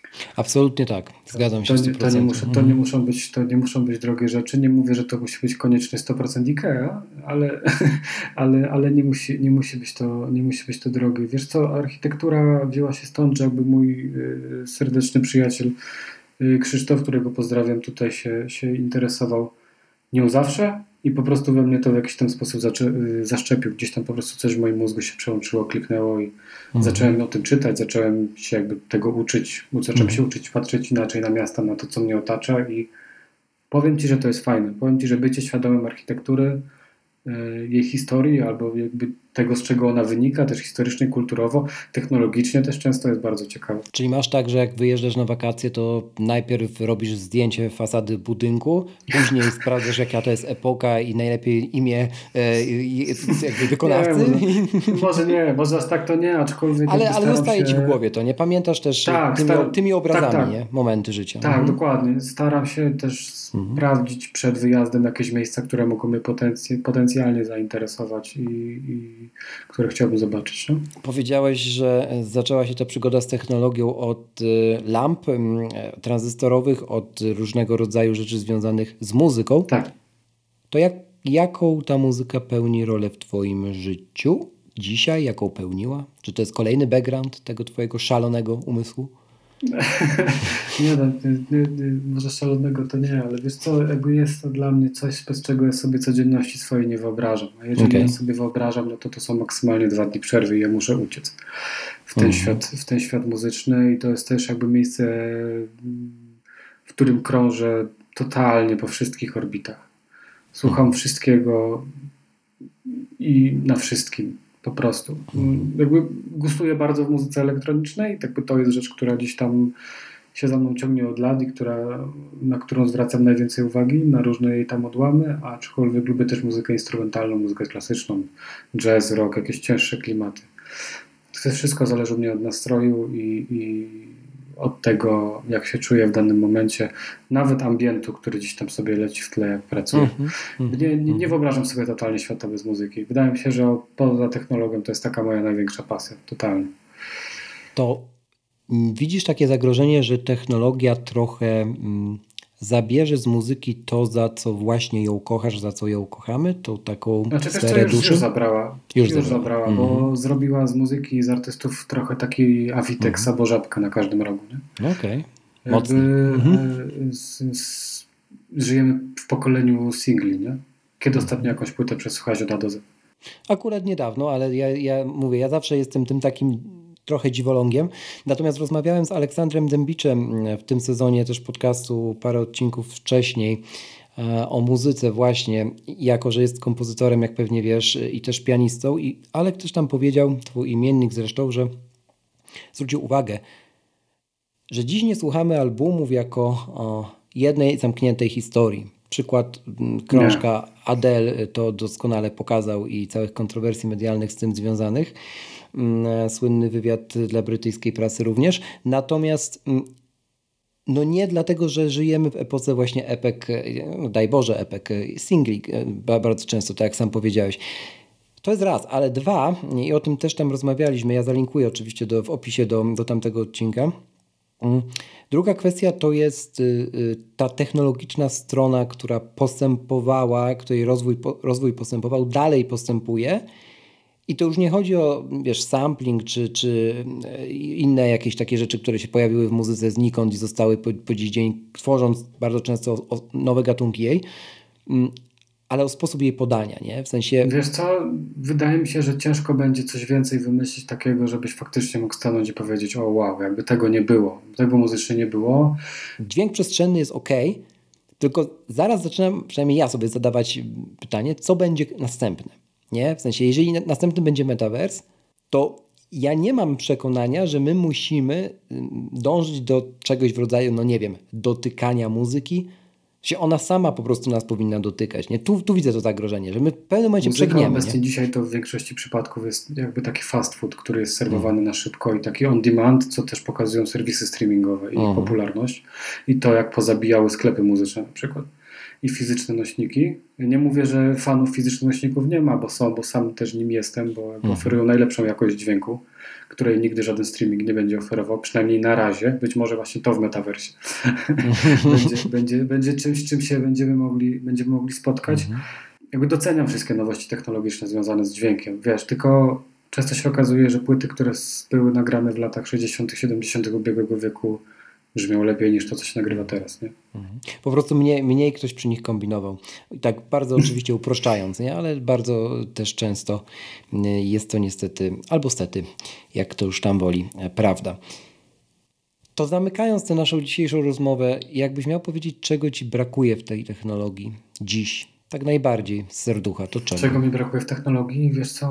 Absolutnie tak. Zgadzam się w 100%. To nie muszą być drogie rzeczy. Nie mówię, że to musi być koniecznie 100% IKEA, ale nie musi być to drogie. Wiesz co, architektura wzięła się stąd, że jakby mój serdeczny przyjaciel Krzysztof, którego pozdrawiam, tutaj się interesował nią zawsze i po prostu we mnie to w jakiś tam sposób zaszczepił. Gdzieś tam po prostu coś w moim mózgu się przełączyło, kliknęło i zacząłem o tym czytać, zacząłem się jakby tego uczyć, zacząłem się uczyć patrzeć inaczej na miasta, na to, co mnie otacza i powiem Ci, że to jest fajne. Powiem Ci, że bycie świadomym architektury, jej historii albo jakby tego, z czego ona wynika, też historycznie, kulturowo, technologicznie też często jest bardzo ciekawe. Czyli masz tak, że jak wyjeżdżasz na wakacje, to najpierw robisz zdjęcie fasady budynku, później sprawdzasz, jaka to jest epoka i najlepiej imię jakby wykonawcy? Może aż tak to nie, aczkolwiek... Ale zostaje Ci w głowie to, nie? Pamiętasz też tymi obrazami, nie? Momenty życia. Tak, dokładnie. Staram się też sprawdzić przed wyjazdem jakieś miejsca, które mogą mnie potencjalnie zainteresować i które chciałbym zobaczyć. No? Powiedziałeś, że zaczęła się ta przygoda z technologią od lamp tranzystorowych, od różnego rodzaju rzeczy związanych z muzyką. Tak. To jaką ta muzyka pełni rolę w Twoim życiu dzisiaj? Jaką pełniła? Czy to jest kolejny background tego Twojego szalonego umysłu? Może szalonego to nie, ale wiesz co, jakby jest to dla mnie coś, bez czego ja sobie codzienności swojej nie wyobrażam. A jeżeli ja sobie wyobrażam, no to są maksymalnie 2 dni przerwy i ja muszę uciec w ten świat muzyczny i to jest też jakby miejsce, w którym krążę totalnie po wszystkich orbitach. Słucham wszystkiego i na wszystkim. Po prostu. Jakby gustuję bardzo w muzyce elektronicznej, jakby to jest rzecz, która gdzieś tam się za mną ciągnie od lat i na którą zwracam najwięcej uwagi, na różne jej tam odłamy, aczkolwiek lubię też muzykę instrumentalną, muzykę klasyczną, jazz, rock, jakieś cięższe klimaty. To wszystko zależy u mnie od nastroju i od tego, jak się czuję w danym momencie, nawet ambientu, który gdzieś tam sobie leci w tle, jak pracuję. Nie wyobrażam sobie totalnie świata bez muzyki. Wydaje mi się, że poza technologią to jest taka moja największa pasja, totalnie. To widzisz takie zagrożenie, że technologia trochę zabierze z muzyki to, za co właśnie ją kochasz, za co ją kochamy? To taką sferę duszy? Już zabrała, bo zrobiła z muzyki i z artystów trochę taki Avitex albo Żabka na każdym rogu. Okej. Mocno. Żyjemy w pokoleniu singli, nie? Kiedy ostatnio jakąś płytę przesłuchałeś od A do Z? Akurat niedawno, ale ja mówię, ja zawsze jestem tym takim trochę dziwolągiem. Natomiast rozmawiałem z Aleksandrem Dębiczem w tym sezonie też podcastu parę odcinków wcześniej o muzyce właśnie, jako że jest kompozytorem, jak pewnie wiesz, i też pianistą. I Alek też tam powiedział, twój imiennik zresztą, że zwrócił uwagę, że dziś nie słuchamy albumów jako jednej zamkniętej historii. Przykład krążka Adele to doskonale pokazał i całych kontrowersji medialnych z tym związanych. Słynny wywiad dla brytyjskiej prasy również. Natomiast no nie dlatego, że żyjemy w epoce właśnie epek, daj Boże, epek singli, bardzo często, tak jak sam powiedziałeś. To jest raz, ale dwa, i o tym też tam rozmawialiśmy, ja zalinkuję oczywiście w opisie do tamtego odcinka. Druga kwestia to jest ta technologiczna strona, która postępowała, której rozwój postępował, dalej postępuje. I to już nie chodzi o, wiesz, sampling czy inne jakieś takie rzeczy, które się pojawiły w muzyce znikąd i zostały po dziś dzień, tworząc bardzo często nowe gatunki jej, ale o sposób jej podania, nie? W sensie... Wiesz co, wydaje mi się, że ciężko będzie coś więcej wymyślić takiego, żebyś faktycznie mógł stanąć i powiedzieć, o wow, jakby tego nie było, tego muzycznie nie było. Dźwięk przestrzenny jest okej, tylko zaraz zaczynam, przynajmniej ja sobie zadawać pytanie, co będzie następne. Nie? W sensie, jeżeli następnym będzie Metaverse, to ja nie mam przekonania, że my musimy dążyć do czegoś w rodzaju, no nie wiem, dotykania muzyki, że ona sama po prostu nas powinna dotykać. Nie? Tu widzę to zagrożenie, że my w pewnym momencie przegniemy. Obecnie dzisiaj to w większości przypadków jest jakby taki fast food, który jest serwowany na szybko i taki on demand, co też pokazują serwisy streamingowe i ich popularność. I to, jak pozabijały sklepy muzyczne na przykład. i fizyczne nośniki. Nie mówię, że fanów fizycznych nośników nie ma, bo są, bo sam też nim jestem, bo oferują najlepszą jakość dźwięku, której nigdy żaden streaming nie będzie oferował, przynajmniej na razie. Być może właśnie to w metaversie będzie czymś, czym się będziemy mogli spotkać. Jakby doceniam wszystkie nowości technologiczne związane z dźwiękiem, wiesz, tylko często się okazuje, że płyty, które były nagrane w latach 60., 70. ubiegłego wieku brzmią lepiej niż to, co się nagrywa teraz, nie? Po prostu mniej ktoś przy nich kombinował. I tak bardzo oczywiście uproszczając, nie? Ale bardzo też często jest to niestety, albo stety, jak to już tam woli, prawda. To zamykając tę naszą dzisiejszą rozmowę, jakbyś miał powiedzieć, czego ci brakuje w tej technologii dziś? Tak najbardziej z serducha, to czego? Czego mi brakuje w technologii? Wiesz co?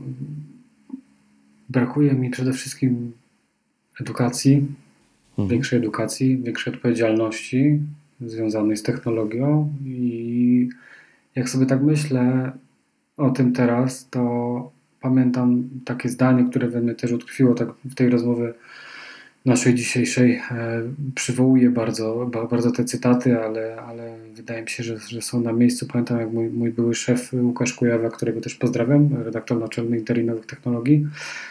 Brakuje mi przede wszystkim edukacji, większej edukacji, większej odpowiedzialności związanej z technologią i jak sobie tak myślę o tym teraz, to pamiętam takie zdanie, które we mnie też utkwiło tak w tej rozmowie naszej dzisiejszej. Przywołuję bardzo te cytaty, ale wydaje mi się, że są na miejscu. Pamiętam, jak mój były szef Łukasz Kujawa, którego też pozdrawiam, redaktor naczelny Interii Nowych Technologii,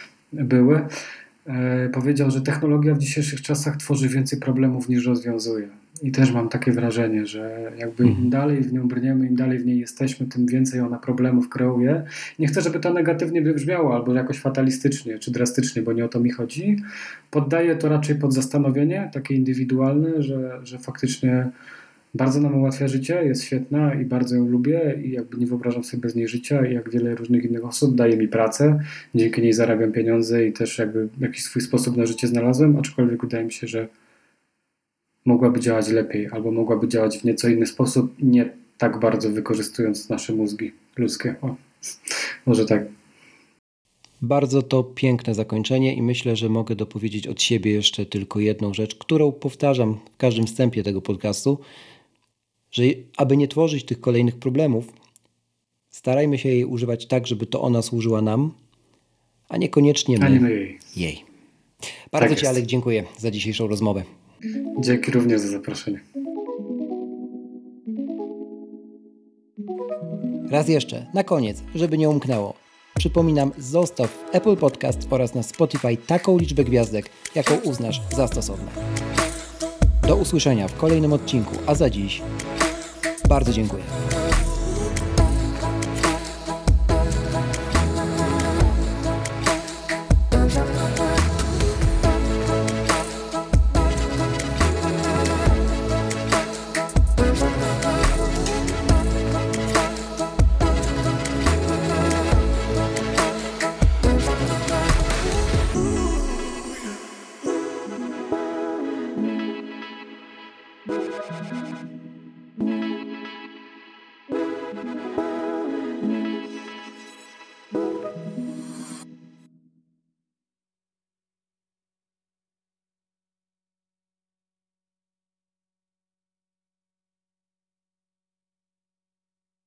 powiedział, że technologia w dzisiejszych czasach tworzy więcej problemów niż rozwiązuje. I też mam takie wrażenie, że jakby im dalej w nią brniemy, im dalej w niej jesteśmy, tym więcej ona problemów kreuje. Nie chcę, żeby to negatywnie wybrzmiało, albo jakoś fatalistycznie, czy drastycznie, bo nie o to mi chodzi. Poddaję to raczej pod zastanowienie, takie indywidualne, że faktycznie bardzo nam ułatwia życie, jest świetna i bardzo ją lubię i jakby nie wyobrażam sobie bez niej życia i jak wiele różnych innych osób daje mi pracę, dzięki niej zarabiam pieniądze i też jakby jakiś swój sposób na życie znalazłem, aczkolwiek wydaje mi się, że mogłaby działać lepiej albo mogłaby działać w nieco inny sposób, nie tak bardzo wykorzystując nasze mózgi ludzkie. Może tak. Bardzo to piękne zakończenie i myślę, że mogę dopowiedzieć od siebie jeszcze tylko jedną rzecz, którą powtarzam w każdym wstępie tego podcastu, że aby nie tworzyć tych kolejnych problemów, starajmy się jej używać tak, żeby to ona służyła nam, a niekoniecznie my jej. Bardzo tak Ci, Alek, dziękuję za dzisiejszą rozmowę. Dzięki również za zaproszenie. Raz jeszcze, na koniec, żeby nie umknęło. Przypominam, zostaw w Apple Podcast oraz na Spotify taką liczbę gwiazdek, jaką uznasz za stosowne. Do usłyszenia w kolejnym odcinku, a za dziś bardzo dziękuję.